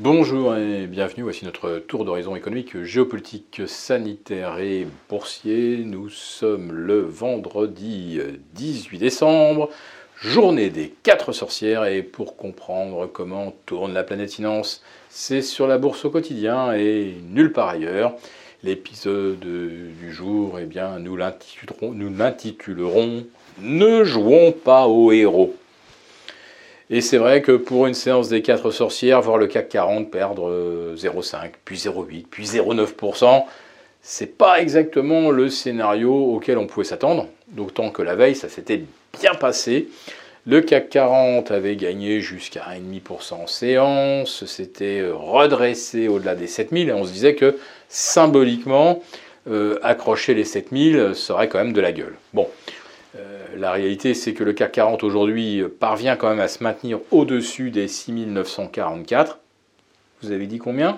Bonjour et bienvenue, voici notre tour d'horizon économique, géopolitique, sanitaire et boursier. Nous sommes le vendredi 18 décembre, journée des 4 sorcières, et pour comprendre comment tourne la planète finance, c'est sur la bourse au quotidien et nulle part ailleurs. L'épisode du jour, eh bien, nous l'intitulerons « Ne jouons pas aux héros ». Et c'est vrai que pour une séance des 4 sorcières, voir le CAC 40 perdre 0,5, puis 0,8, puis 0,9%, c'est pas exactement le scénario auquel on pouvait s'attendre, d'autant que la veille, ça s'était bien passé. Le CAC 40 avait gagné jusqu'à 1,5% en séance, s'était redressé au-delà des 7000, et on se disait que symboliquement, accrocher les 7000 serait quand même de la gueule. Bon. La réalité, c'est que le CAC 40 aujourd'hui parvient quand même à se maintenir au-dessus des 6944. Vous avez dit combien?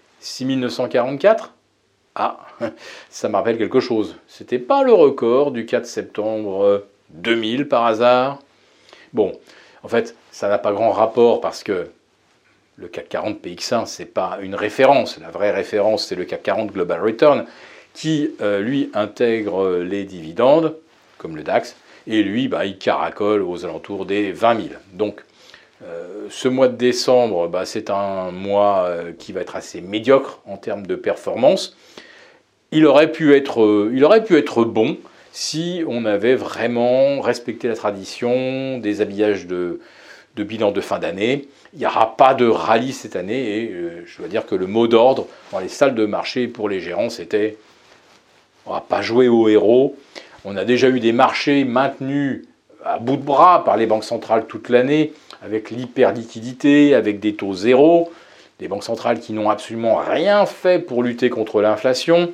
6944? Ah, ça me rappelle quelque chose. C'était pas le record du 4 septembre 2000 par hasard? Bon, en fait, ça n'a pas grand rapport parce que le CAC 40 PX1, c'est pas une référence. La vraie référence, c'est le CAC 40 Global Return qui, lui, intègre les dividendes, comme le DAX, et lui, il caracole aux alentours des 20 000. Donc, ce mois de décembre, c'est un mois qui va être assez médiocre en termes de performance. Il aurait pu être bon si on avait vraiment respecté la tradition des habillages de bilan de fin d'année. Il n'y aura pas de rallye cette année, et je dois dire que le mot d'ordre dans les salles de marché pour les gérants, c'était « on ne va pas jouer aux héros ». On a déjà eu des marchés maintenus à bout de bras par les banques centrales toute l'année, avec l'hyperliquidité, avec des taux zéro, des banques centrales qui n'ont absolument rien fait pour lutter contre l'inflation.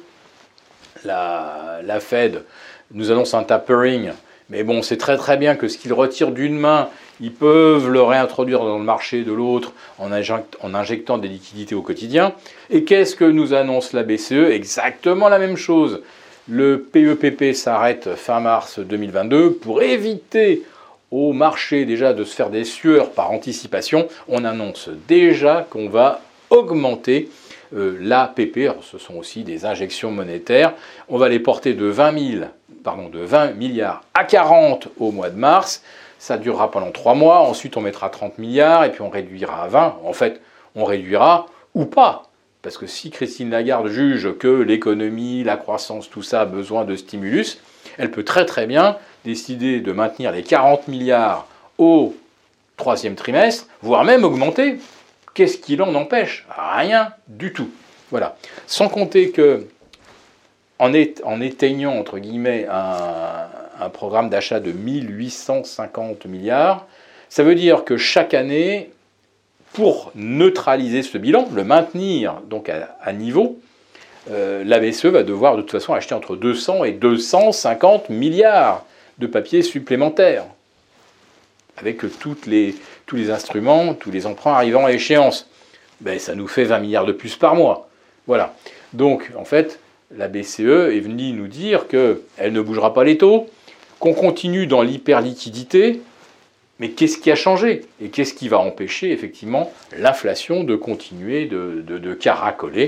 La Fed nous annonce un tapering, mais bon, c'est très bien que ce qu'ils retirent d'une main, ils peuvent le réintroduire dans le marché de l'autre en injectant des liquidités au quotidien. Et qu'est-ce que nous annonce la BCE? Exactement la même chose. Le PEPP s'arrête fin mars 2022 pour éviter au marché déjà de se faire des sueurs par anticipation. On annonce déjà qu'on va augmenter l'APP, alors ce sont aussi des injections monétaires. On va les porter de 20 milliards à 40 au mois de mars. Ça durera pendant 3 mois, ensuite on mettra 30 milliards et puis on réduira à 20. En fait, on réduira ou pas. Parce que si Christine Lagarde juge que l'économie, la croissance, tout ça a besoin de stimulus, elle peut très bien décider de maintenir les 40 milliards au 3e trimestre, voire même augmenter. Qu'est-ce qui l'en empêche? Rien du tout. Voilà. Sans compter que, en éteignant, entre guillemets, un programme d'achat de 1850 milliards, ça veut dire que chaque année, pour neutraliser ce bilan, le maintenir donc à niveau, la BCE va devoir de toute façon acheter entre 200 et 250 milliards de papier supplémentaires, avec tous les instruments, tous les emprunts arrivant à échéance. Ça nous fait 20 milliards de plus par mois. Voilà. Donc, en fait, la BCE est venue nous dire qu'elle ne bougera pas les taux, qu'on continue dans l'hyperliquidité. Mais qu'est-ce qui a changé? Et qu'est-ce qui va empêcher effectivement l'inflation de continuer de caracoler?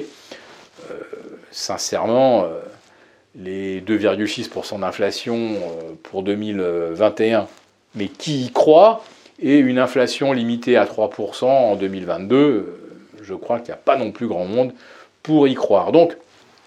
Sincèrement, les 2,6% d'inflation pour 2021, mais qui y croit? Et une inflation limitée à 3% en 2022, je crois qu'il n'y a pas non plus grand monde pour y croire. Donc,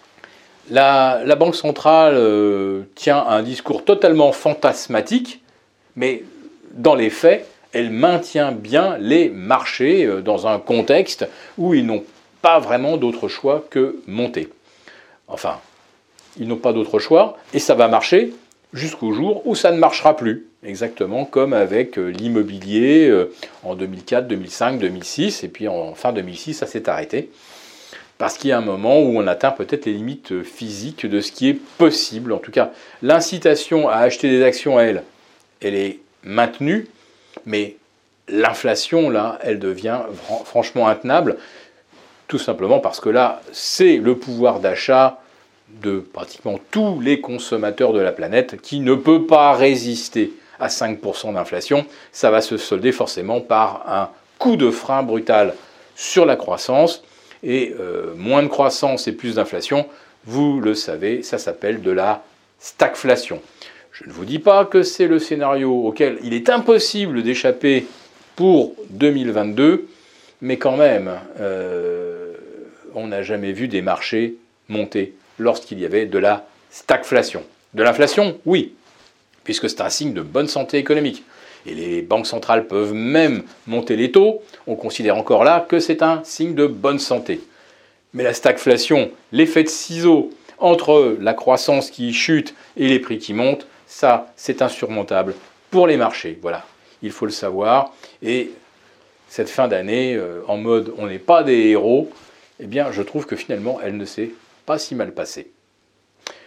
la Banque centrale tient un discours totalement fantasmatique, mais dans les faits, elle maintient bien les marchés dans un contexte où ils n'ont pas vraiment d'autre choix que monter. Enfin, ils n'ont pas d'autre choix, et ça va marcher jusqu'au jour où ça ne marchera plus. Exactement comme avec l'immobilier en 2004, 2005, 2006, et puis en fin 2006, ça s'est arrêté. Parce qu'il y a un moment où on atteint peut-être les limites physiques de ce qui est possible. En tout cas, l'incitation à acheter des actions, elle est maintenue, mais l'inflation, là, elle devient franchement intenable, tout simplement parce que là, c'est le pouvoir d'achat de pratiquement tous les consommateurs de la planète qui ne peut pas résister à 5% d'inflation. Ça va se solder forcément par un coup de frein brutal sur la croissance. Et moins de croissance et plus d'inflation, vous le savez, ça s'appelle de la stagflation. Je ne vous dis pas que c'est le scénario auquel il est impossible d'échapper pour 2022, mais quand même, on n'a jamais vu des marchés monter lorsqu'il y avait de la stagflation. De l'inflation, oui, puisque c'est un signe de bonne santé économique. Et les banques centrales peuvent même monter les taux, on considère encore là que c'est un signe de bonne santé. Mais la stagflation, l'effet de ciseau entre la croissance qui chute et les prix qui montent, ça, c'est insurmontable pour les marchés. Voilà, il faut le savoir. Et cette fin d'année, en mode on n'est pas des héros, eh bien, je trouve que finalement, elle ne s'est pas si mal passée.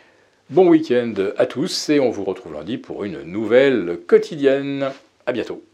Bon week-end à tous et on vous retrouve lundi pour une nouvelle quotidienne. À bientôt.